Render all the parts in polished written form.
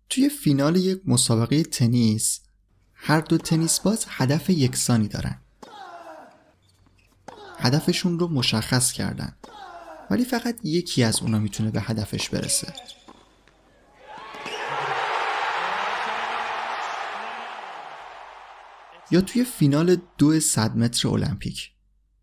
توی فینال یک مسابقه تنیس هر دو تنیس باز هدف یکسانی دارن. هدفشون رو مشخص کردن، ولی فقط یکی از اونا میتونه به هدفش برسه. یا توی فینال 200 متر المپیک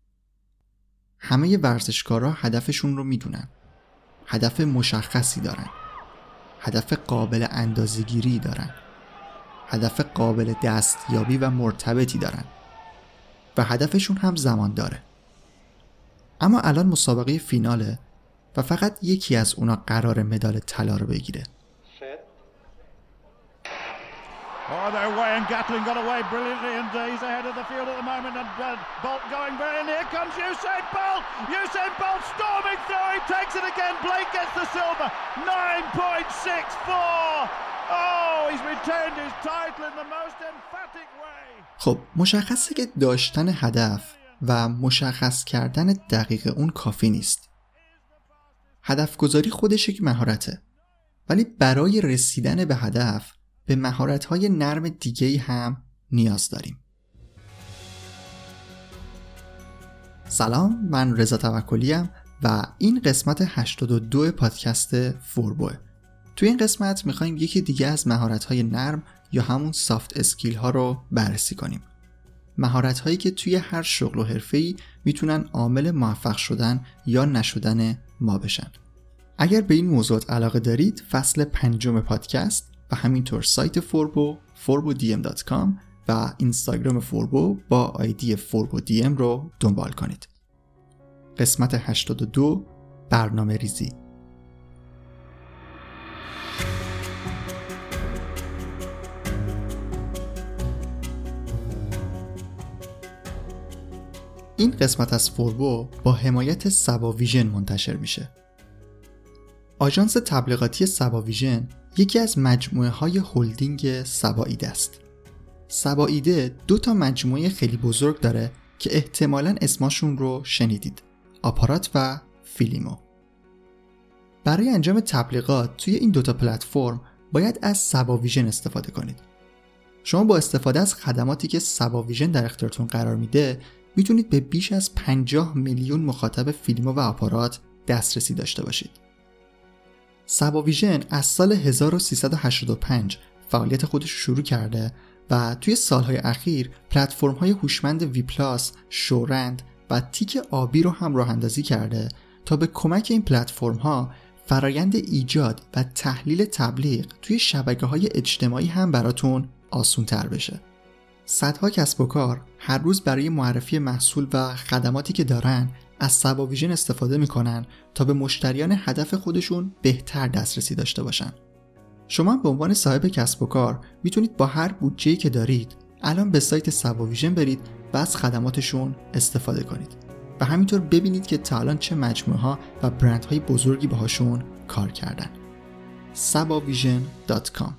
همه ورزشکارا هدفشون رو میدونن، هدف مشخصی دارن، هدف قابل اندازه‌گیری دارن، هدف قابل دستیابی و مرتبطی دارن و هدفشون هم زمان داره. اما الان مسابقه فیناله و فقط یکی از اونا قرار مدال طلا رو بگیره. Oh, they're away and Gatling got away brilliantly and he's ahead of the field at the moment and Bolt going very near comes Usain Bolt! Usain Bolt storming through, he takes it again, Blake gets the silver, 9.64! Oh, he's retained his title in the most emphatic way! خب مشخصه که داشتن هدف و مشخص کردن دقیق اون کافی نیست. هدف گذاری خودش یک مهارته، ولی برای رسیدن به هدف به مهارت‌های نرم دیگه‌ای هم نیاز داریم. سلام، من رضا توکلی‌ام و این قسمت 82 پادکست فوربو. توی این قسمت می‌خوایم یکی دیگه از مهارت‌های نرم یا همون سافت اسکیل ها رو بررسی کنیم. مهارت‌هایی که توی هر شغل و حرفه‌ای میتونن عامل موفق شدن یا نشدن ما بشن. اگر به این موضوع علاقه دارید، فصل 5 پادکست و همینطور سایت فوربو forbodm.com و اینستاگرام فوربو با آیدی forbodm رو دنبال کنید. قسمت 82 برنامه ریزی. این قسمت از فوربو با حمایت سباویژن منتشر میشه. آژانس تبلیغاتی سباویژن یکی از مجموعه های هلدینگ سباایده است. سباایده 2 مجموعه خیلی بزرگ داره که احتمالاً اسمشون رو شنیدید: آپارات و فیلیمو. برای انجام تبلیغات توی این 2 پلتفرم باید از سباویژن استفاده کنید. شما با استفاده از خدماتی که سباویژن در اختیارتون قرار میده میتونید به بیش از 50 میلیون مخاطب فیلیمو و آپارات دسترسی داشته باشید. سباویژن از سال 1385 فعالیت خودش رو شروع کرده و توی سالهای اخیر پلتفرم‌های هوشمند وی پلاس، شورند و تیک آبی رو هم راه اندازی کرده تا به کمک این پلتفرم‌ها فرایند ایجاد و تحلیل تبلیغ توی شبکه‌های اجتماعی هم براتون آسان‌تر بشه. صدها کسب و کار هر روز برای معرفی محصول و خدماتی که دارن از سباویژن استفاده میکنن تا به مشتریان هدف خودشون بهتر دسترسی داشته باشن. شما به عنوان صاحب کسب و کار میتونید با هر بودجه‌ای که دارید الان به سایت سباویژن برید و از خدماتشون استفاده کنید و همینطور ببینید که تا الان چه مجموعه‌ها و برندهای بزرگی باهاشون کار کردن. sabavision.com.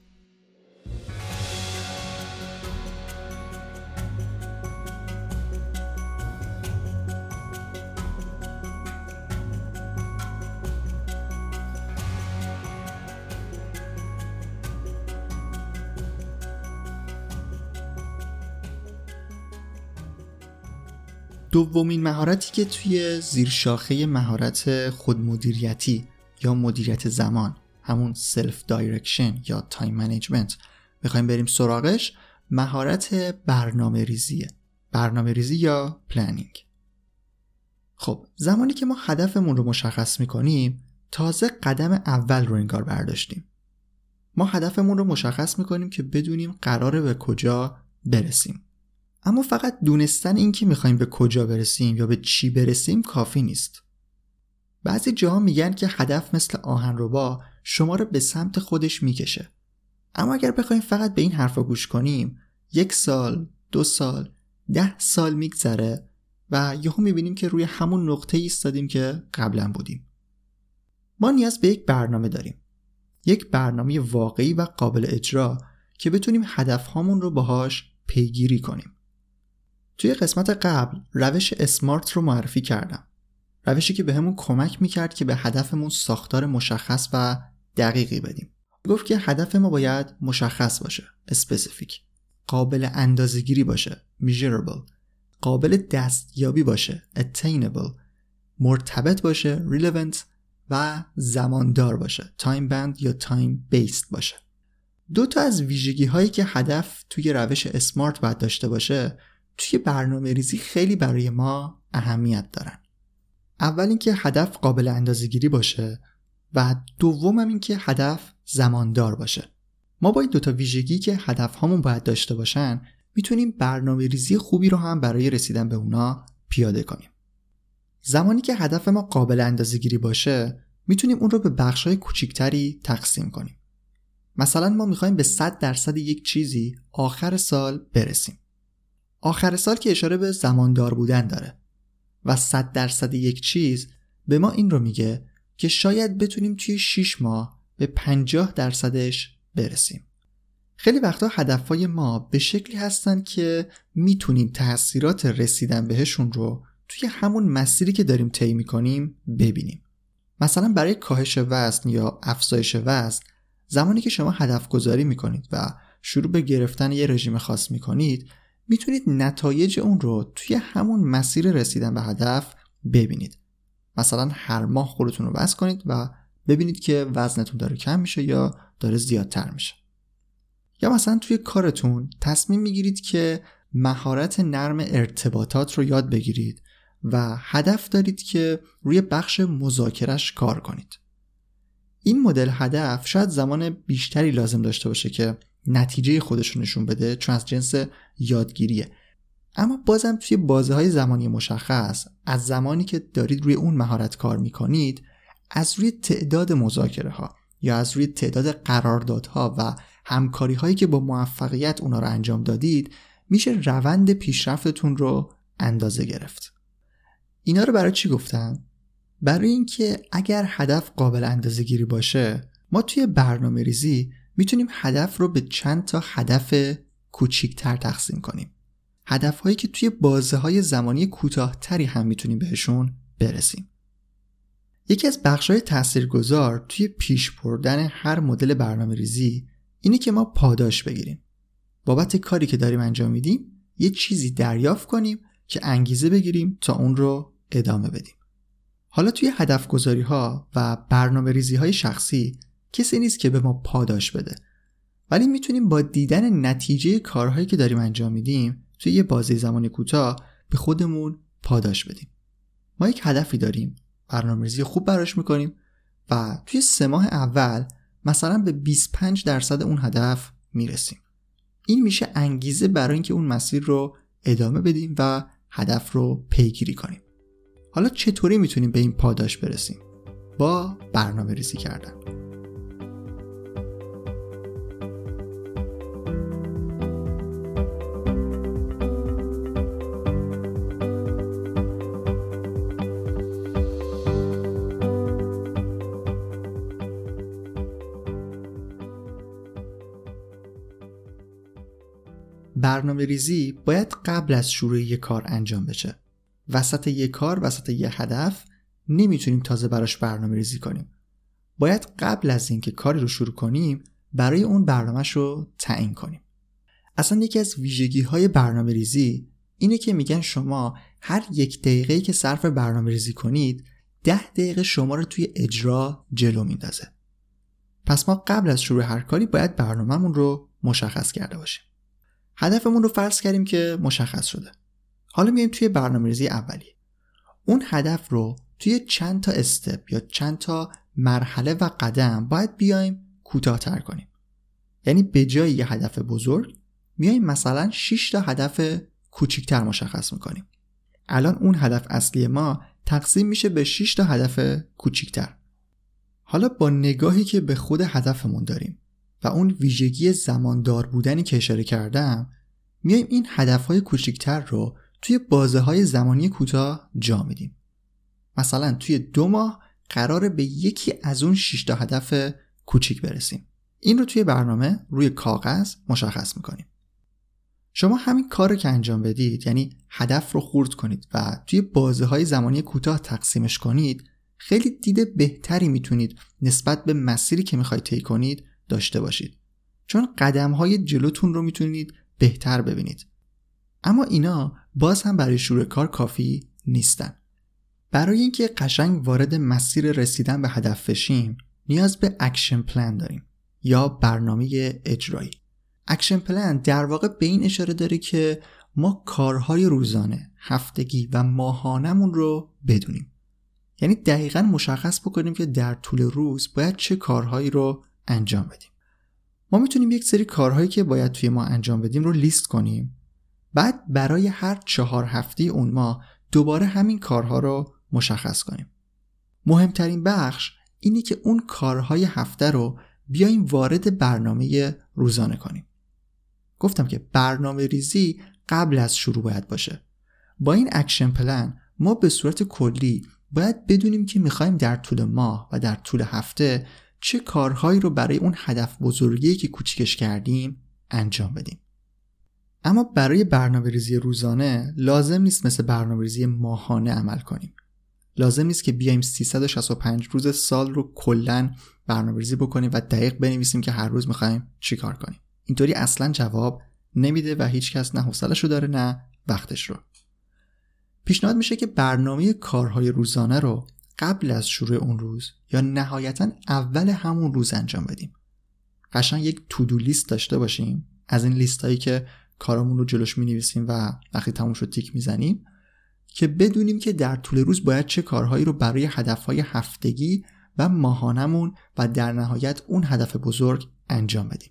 دومین مهارتی که توی زیرشاخه مهارت خودمدیریتی یا مدیریت زمان، همون سلف دایرکشن یا تایم منیجمنت میخوایم بریم سراغش، مهارت برنامه ریزیه. برنامه ریزی یا پلنینگ. خب زمانی که ما هدفمون رو مشخص میکنیم تازه قدم اول رو انگار برداشتیم. ما هدفمون رو مشخص میکنیم که بدونیم قراره به کجا برسیم. اما فقط دونستن این که میخوایم به کجا برسیم یا به چی برسیم کافی نیست. بعضی جاها میگن که هدف مثل آهنربا شما رو به سمت خودش میکشه. اما اگر بخوایم فقط به این حرفا گوش کنیم 1 سال، 2 سال، 10 سال میگذره و یهو میبینیم که روی همون نقطه ایستادیم که قبلا بودیم. ما نیاز به یک برنامه داریم. یک برنامه واقعی و قابل اجرا که بتونیم هدفهامون رو باهاش پیگیری کنیم. توی قسمت قبل روش اسمارت رو معرفی کردم. روشی که بهمون کمک میکرد که به هدفمون ساختار مشخص و دقیقی بدیم. گفت که هدف ما باید مشخص باشه، specific، قابل اندازه‌گیری باشه، measurable، قابل دستیابی باشه، attainable، مرتبط باشه، relevant و زماندار باشه، time bound یا time based باشه. 2 تا از ویژگی هایی که هدف توی روش اسمارت باید داشته باشه توی برنامه ریزی خیلی برای ما اهمیت دارن. اول اینکه هدف قابل اندازه‌گیری باشه و دوم هم اینکه هدف زماندار باشه. ما با این 2 تا ویژگی که هدف هامون باید داشته باشن میتونیم برنامه ریزی خوبی رو هم برای رسیدن به اونا پیاده کنیم. زمانی که هدف ما قابل اندازه‌گیری باشه میتونیم اون رو به بخش‌های کوچیکتری تقسیم کنیم. مثلا ما میخوایم به 100% یک چیزی آخر سال برسیم. آخر سال که اشاره به زماندار بودن داره و 100% یک چیز به ما این رو میگه که شاید بتونیم توی 6 ماه به 50%ش برسیم. خیلی وقتا هدفهای ما به شکلی هستن که میتونیم تأثیرات رسیدن بهشون رو توی همون مسیری که داریم طی میکنیم ببینیم. مثلا برای کاهش وزن یا افزایش وزن زمانی که شما هدف گذاری میکنید و شروع به گرفتن یه رژیم خاص میکنید میتونید نتایج اون رو توی همون مسیر رسیدن به هدف ببینید. مثلا هر ماه خودتون رو وزن کنید و ببینید که وزنتون داره کم میشه یا داره زیادتر میشه. یا مثلا توی کارتون تصمیم میگیرید که مهارت نرم ارتباطات رو یاد بگیرید و هدف دارید که روی بخش مذاکرهش کار کنید. این مدل هدف شاید زمان بیشتری لازم داشته باشه که نتیجه خودش رو نشون بده چون از جنس یادگیریه، اما بازم توی بازه‌های زمانی مشخص از زمانی که دارید روی اون مهارت کار میکنید از روی تعداد مذاکره ها یا از روی تعداد قراردادها و همکاری هایی که با موفقیت اونا رو انجام دادید میشه روند پیشرفتتون رو اندازه گرفت. اینا رو برای چی گفتم؟ برای اینکه اگر هدف قابل اندازه گیری باشه ما توی برنامه ریزی میتونیم هدف رو به چند تا هدف کوچیک‌تر تقسیم کنیم. هدف‌هایی که توی بازه‌های زمانی کوتاه‌تری هم میتونیم بهشون برسیم. یکی از بخش‌های تاثیرگذار توی پیش بردن هر مدل برنامه‌ریزی اینه که ما پاداش بگیریم. بابت کاری که داریم انجام میدیم یه چیزی دریافت کنیم که انگیزه بگیریم تا اون رو ادامه بدیم. حالا توی هدف گذاری‌ها و برنامه‌ریزی‌های شخصی کسی نیست که به ما پاداش بده، ولی میتونیم با دیدن نتیجه کارهایی که داریم انجام میدیم توی یه بازه زمانی کوتاه به خودمون پاداش بدیم. ما یک هدفی داریم، برنامه‌ریزی خوب براش میکنیم و توی 3 ماه اول مثلا به 25% اون هدف میرسیم. این میشه انگیزه برای اینکه اون مسیر رو ادامه بدیم و هدف رو پیگیری کنیم. حالا چطوری میتونیم به این پاداش برسیم؟ با برنامه‌ریزی کردن. برنامه ریزی باید قبل از شروع یک کار انجام بشه. وسط یک کار، وسط یک هدف نمیتونیم تازه براش برنامه ریزی کنیم. باید قبل از اینکه کاری رو شروع کنیم برای اون برنامه‌ش رو تعیین کنیم. اصلا یکی از ویژگی‌های برنامه ریزی اینه که میگن شما هر 1 دقیقه‌ای که صرف برنامه ریزی کنید 10 دقیقه شما رو توی اجرا جلو میندازه. پس ما قبل از شروع هر کاری باید برنامه‌مون رو مشخص کرده باشیم. هدفمون رو فرض کردیم که مشخص شده. حالا میایم توی برنامه‌ریزی اولی. اون هدف رو توی چند تا استپ یا چند تا مرحله و قدم باید بیایم کوتاه‌تر کنیم. یعنی به جای یه هدف بزرگ میایم مثلا 6 تا هدف کوچیک‌تر مشخص میکنیم. الان اون هدف اصلی ما تقسیم میشه به 6 تا هدف کوچیک‌تر. حالا با نگاهی که به خود هدفمون داریم و اون ویژگی زماندار بودنی که اشاره کردم میایم این هدف‌های کوچیک‌تر رو توی بازه‌های زمانی کوتاه جا میدیم. مثلا توی 2 ماه قراره به یکی از اون 6 تا هدف کوچیک برسیم. این رو توی برنامه روی کاغذ مشخص میکنیم. شما همین کار رو که انجام بدید، یعنی هدف رو خرد کنید و توی بازه‌های زمانی کوتاه تقسیمش کنید، خیلی دید بهتری میتونید نسبت به مسیری که میخواید طی کنید داشته باشید، چون قدم‌های جلوتون رو میتونید بهتر ببینید. اما اینا باز هم برای شروع کار کافی نیستن. برای اینکه قشنگ وارد مسیر رسیدن به هدف بشیم نیاز به اکشن پلن داریم یا برنامه اجرایی. اکشن پلن در واقع به این اشاره داره که ما کارهای روزانه، هفتگی و ماهانمون رو بدونیم. یعنی دقیقاً مشخص بکنیم که در طول روز باید چه کارهایی رو انجام بدیم. ما میتونیم یک سری کارهایی که باید توی ما انجام بدیم رو لیست کنیم. بعد برای هر 4 هفته اون ماه دوباره همین کارها رو مشخص کنیم. مهمترین بخش اینه که اون کارهای هفته رو بیایم وارد برنامه روزانه کنیم. گفتم که برنامه ریزی قبل از شروع باید باشه. با این اکشن پلن ما به صورت کلی باید بدونیم که میخوایم در طول ماه و در طول هفته چه کارهایی رو برای اون هدف بزرگی که کوچیکش کردیم انجام بدیم. اما برای برنامه‌ریزی روزانه لازم نیست مثل برنامه‌ریزی ماهانه عمل کنیم. لازم نیست که بیایم 365 روز سال رو کلاً برنامه‌ریزی بکنیم و دقیق بنویسیم که هر روز می‌خوایم چی کار کنیم. اینطوری اصلاً جواب نمیده و هیچ کس نه حوصله‌شو داره نه وقتش رو. پیشنهاد میشه که برنامه کارهای روزانه رو قبل از شروع اون روز یا نهایتاً اول همون روز انجام بدیم. قشنگ یک تو دو لیست داشته باشیم از این لیستایی که کارامون رو جلوش می‌نویسیم و وقتی تموم شد تیک میزنیم، که بدونیم که در طول روز باید چه کارهایی رو برای هدفهای هفتگی و ماهانمون و در نهایت اون هدف بزرگ انجام بدیم.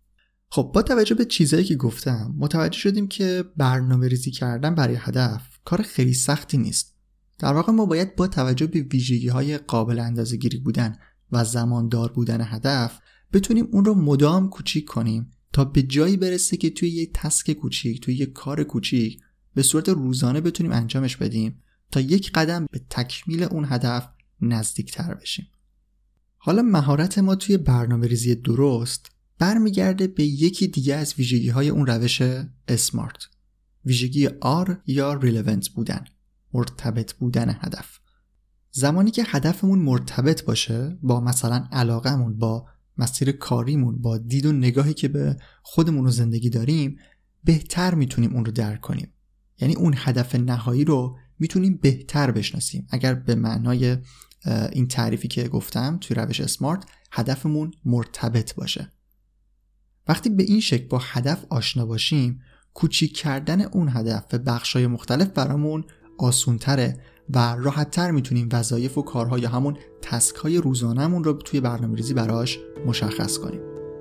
خب با توجه به چیزایی که گفتم متوجه شدیم که برنامه ریزی کردن برای هدف کار خیلی سختی نیست. در واقع ما باید با توجه به ویژگی‌های قابل اندازه‌گیری بودن و زماندار بودن هدف بتونیم اون رو مدام کوچیک کنیم تا به جایی برسه که توی یه تسک کوچیک، توی یه کار کوچیک به صورت روزانه بتونیم انجامش بدیم تا یک قدم به تکمیل اون هدف نزدیکتر بشیم. حالا مهارت ما توی برنامه‌ریزی درست برمیگرده به یکی دیگه از ویژگی‌های اون روش اسمارت. ویژگی R یا relevant بودن، مرتبط بودن هدف. زمانی که هدفمون مرتبط باشه با مثلا علاقمون، با مسیر کاریمون، با دید و نگاهی که به خودمون و زندگی داریم، بهتر میتونیم اون رو درک کنیم. یعنی اون هدف نهایی رو میتونیم بهتر بشناسیم. اگر به معنای این تعریفی که گفتم توی روش اسمارت هدفمون مرتبط باشه. وقتی به این شکل با هدف آشنا باشیم، کوچیک کردن اون هدف به بخش‌های مختلف برامون آسان‌تره و راحت‌تر میتونیم وظایف و کارها یا همون تسک‌های روزانه‌مون رو توی برنامه‌ریزی براش مشخص کنیم.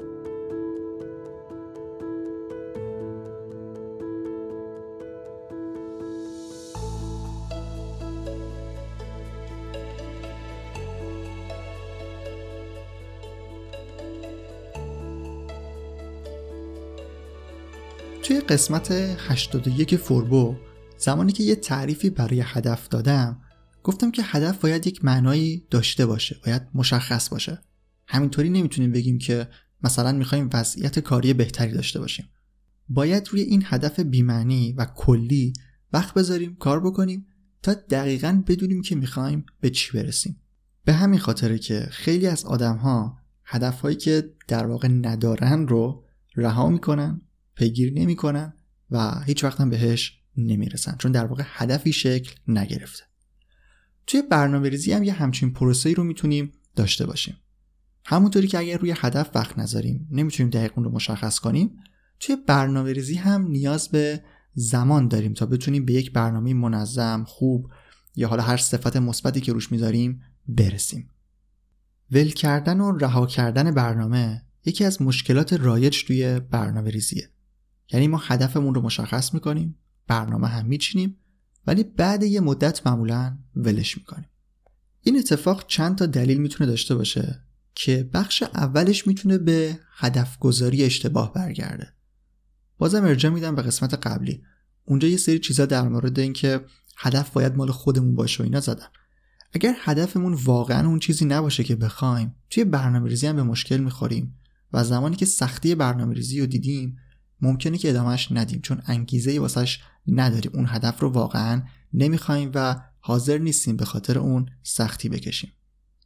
توی قسمت 81 فوربو زمانی که یه تعریفی برای هدف دادم گفتم که هدف باید یک معنایی داشته باشه، باید مشخص باشه. همینطوری نمیتونیم بگیم که مثلا میخوایم وضعیت کاری بهتری داشته باشیم. باید روی این هدف بی‌معنی و کلی وقت بذاریم، کار بکنیم تا دقیقاً بدونیم که میخوایم به چی برسیم. به همین خاطره که خیلی از آدم‌ها هدفهایی که در واقع ندارن رو رها میکنن، پیگیری نمیکنن و هیچ وقت هم بهش نمیرسن، چون در واقع هدفی شکل نگرفته. توی برنامه‌ریزی هم یه همچین پروسه‌ای رو میتونیم داشته باشیم. همونطوری که اگر روی هدف وقت نذاریم، نمیتونیم دقیق اون رو مشخص کنیم، توی برنامه‌ریزی هم نیاز به زمان داریم تا بتونیم به یک برنامه منظم، خوب یا حالا هر صفت مثبتی که روش میذاریم برسیم. ول کردن و رها کردن برنامه یکی از مشکلات رایج توی برنامه‌ریزیه. یعنی ما هدفمون رو مشخص میکنیم، برنامه هم میچینیم، ولی بعد یه مدت معمولاً ولش میکنیم. این اتفاق چند تا دلیل میتونه داشته باشه که بخش اولش میتونه به هدف گذاری اشتباه برگرده. بازم ارجاع میدم به قسمت قبلی. اونجا یه سری چیزا در مورد این که هدف باید مال خودمون باشه و اینا زدم. اگر هدفمون واقعاً اون چیزی نباشه که بخوایم، توی برنامه‌ریزی هم به مشکل میخوریم و زمانی که سختی برنامه‌ریزی رو دیدیم ممکنه که ادامهش ندیم، چون انگیزه‌ای واسش نداریم، اون هدف رو واقعاً نمیخوایم و حاضر نیستیم به خاطر اون سختی بکشیم.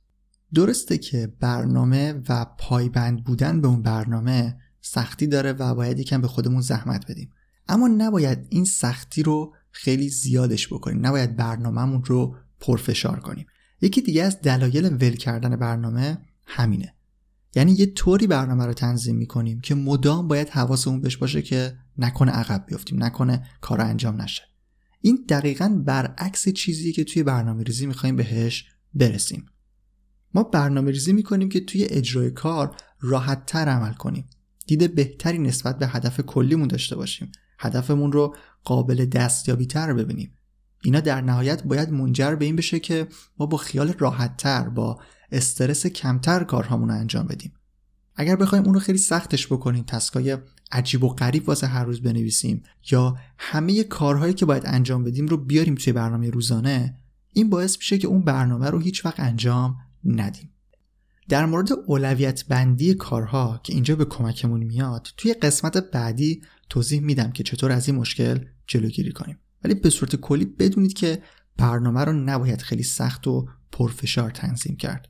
درسته که برنامه و پایبند بودن به اون برنامه سختی داره و باید یکم به خودمون زحمت بدیم، اما نباید این سختی رو خیلی زیادش بکنیم، نباید برنامه‌مون رو پرفشار کنیم. یکی دیگه از دلایل ول کردن برنامه همینه. یعنی یه طوری برنامه رو تنظیم می‌کنیم که مدام باید حواسمون بهش باشه که نکنه عقب بیفتیم، نکنه کار انجام نشه. این دقیقاً برعکس چیزیه که توی برنامه‌ریزی می‌خوایم بهش برسیم. ما برنامه‌ریزی می‌کنیم که توی اجرای کار راحت‌تر عمل کنیم، دید بهتری نسبت به هدف کلیمون داشته باشیم، هدفمون رو قابل دستیابی‌تر ببینیم. اینا در نهایت باید منجر به این بشه که ما با خیال راحت‌تر، با استرس کمتر کارهامون رو انجام بدیم. اگر بخوایم اون رو خیلی سختش بکنیم، تسکای عجیب و غریب واسه هر روز بنویسیم یا همه کارهایی که باید انجام بدیم رو بیاریم توی برنامه روزانه، این باعث میشه که اون برنامه رو هیچ وقت انجام ندیم. در مورد اولویت بندی کارها که اینجا به کمکمون میاد، توی قسمت بعدی توضیح میدم که چطور از این مشکل جلوگیری کنیم. ولی به صورت کلی بدونید که برنامه رو نباید خیلی سخت و پرفشار تنظیم کرد.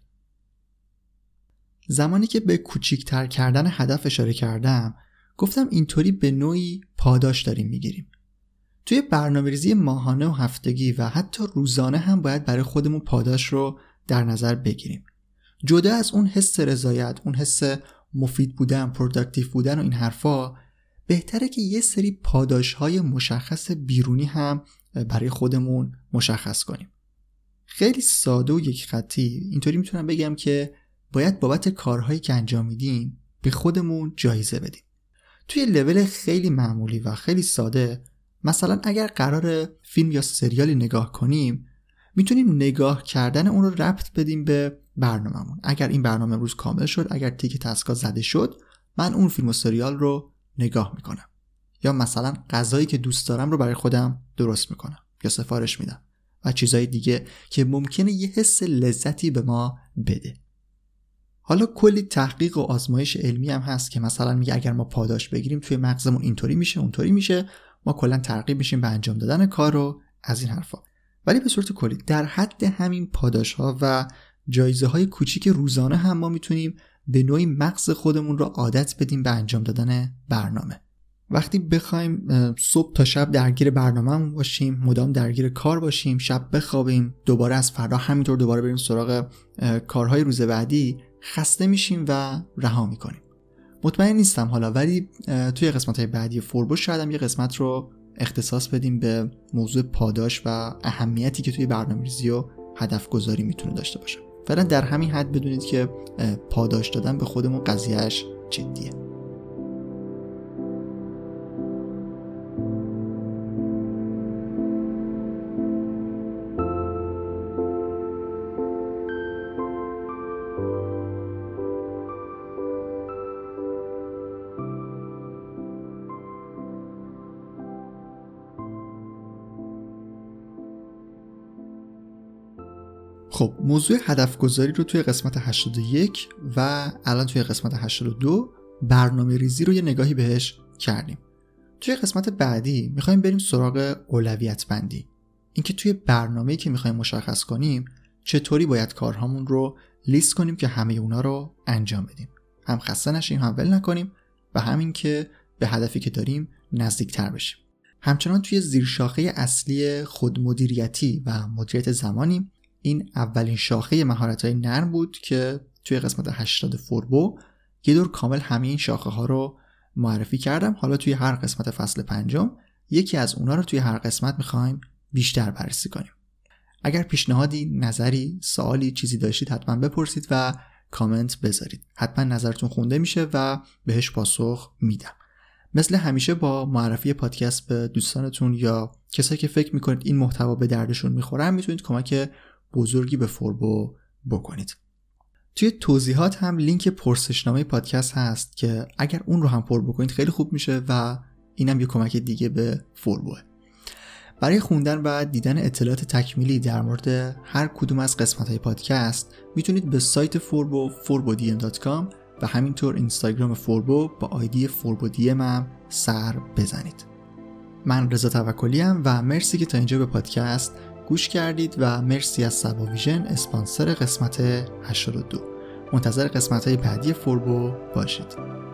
زمانی که به کوچیک‌تر کردن هدف اشاره کردم، گفتم اینطوری به نوعی پاداش داریم میگیریم. توی برنامه‌ریزی ماهانه و هفتگی و حتی روزانه هم باید برای خودمون پاداش رو در نظر بگیریم. جدا از اون حس رضایت، اون حس مفید بودن، پروداکتیو بودن و این حرفا، بهتره که یه سری پاداش‌های مشخص بیرونی هم برای خودمون مشخص کنیم. خیلی ساده و یک خطی اینطوری میتونم بگم که باید بابت کارهایی که انجام میدیم به خودمون جایزه بدیم. توی لول خیلی معمولی و خیلی ساده، مثلا اگر قرار فیلم یا سریالی نگاه کنیم، میتونیم نگاه کردن اون رو ربط بدیم به برنامه‌مون. اگر این برنامه امروز کامل شد، اگر تیک تسکا زده شد، من اون فیلم و سریال رو نگاه میکنم. یا مثلا غذایی که دوست دارم رو برای خودم درست میکنم یا سفارش میدم و چیزهای دیگه که ممکنه یه حس لذتی به ما بده. حالا کلی تحقیق و آزمایش علمی هم هست که مثلا میگه اگر ما پاداش بگیریم توی مغزمون اینطوری میشه، اونطوری میشه، ما کلا ترغیب میشیم به انجام دادن کار و از این حرفا. ولی به صورت کلی در حد همین پاداش‌ها و جایزه‌های کوچیک روزانه هم ما میتونیم به نوعی مغز خودمون رو عادت بدیم به انجام دادن برنامه. وقتی بخوایم صبح تا شب درگیر برنامه‌مون باشیم، مدام درگیر کار باشیم، شب بخوابیم، دوباره از فردا همینطور دوباره بریم سراغ کارهای روز بعدی، خسته میشیم و رها میکنیم. مطمئن نیستم حالا، ولی توی قسمت‌های بعدی فوربو شاید هم یه قسمت رو اختصاص بدیم به موضوع پاداش و اهمیتی که توی برنامه‌ریزی و هدف گذاری میتونه داشته باشه. فعلا در همین حد بدونید که پاداش دادن به خودمون قضیهش جدیه. خب موضوع هدف گذاری رو توی قسمت 81 و الان توی قسمت 82 برنامه ریزی رو یه نگاهی بهش کردیم. توی قسمت بعدی میخوایم بریم سراغ اولویت بندی. اینکه توی برنامه‌ای که میخوایم مشخص کنیم چطوری باید کارهامون رو لیست کنیم که همه اونا رو انجام بدیم. هم خسته نشیم، هم ول نکنیم و همین که به هدفی که داریم نزدیکتر بشیم. همچنان توی زیرشاخه اصلی خودمدیریتی و مدیریت زمانی، این اولین شاخه مهارت‌های نرم بود که توی قسمت 80 فوربو یه دور کامل همه این شاخه ها رو معرفی کردم. حالا توی هر قسمت فصل 5 یکی از اونا رو توی هر قسمت می‌خوایم بیشتر بررسی کنیم. اگر پیشنهادی، نظری، سوالی، چیزی داشتید حتما بپرسید و کامنت بذارید. حتما نظرتون خونده میشه و بهش پاسخ میدم. مثل همیشه با معرفی پادکست به دوستانتون یا کسایی که فکر میکنید این محتوا به دردشون میخوره میتونید کمک بزرگی به فوربو بکنید. توی توضیحات هم لینک پرسشنامه پادکست هست که اگر اون رو هم پر بکنید خیلی خوب میشه و اینم یه کمک دیگه به فوربوه. برای خوندن و دیدن اطلاعات تکمیلی در مورد هر کدوم از قسمت‌های پادکست میتونید به سایت فوربو forbodm.com و همینطور اینستاگرام فوربو با آیدی forbodm هم سر بزنید. من رضا توکلی ام و مرسی که تا اینجا به پادکست گوش کردید و مرسی از سباویژن اسپانسر قسمت 82. منتظر قسمت‌های بعدی فوربو باشید.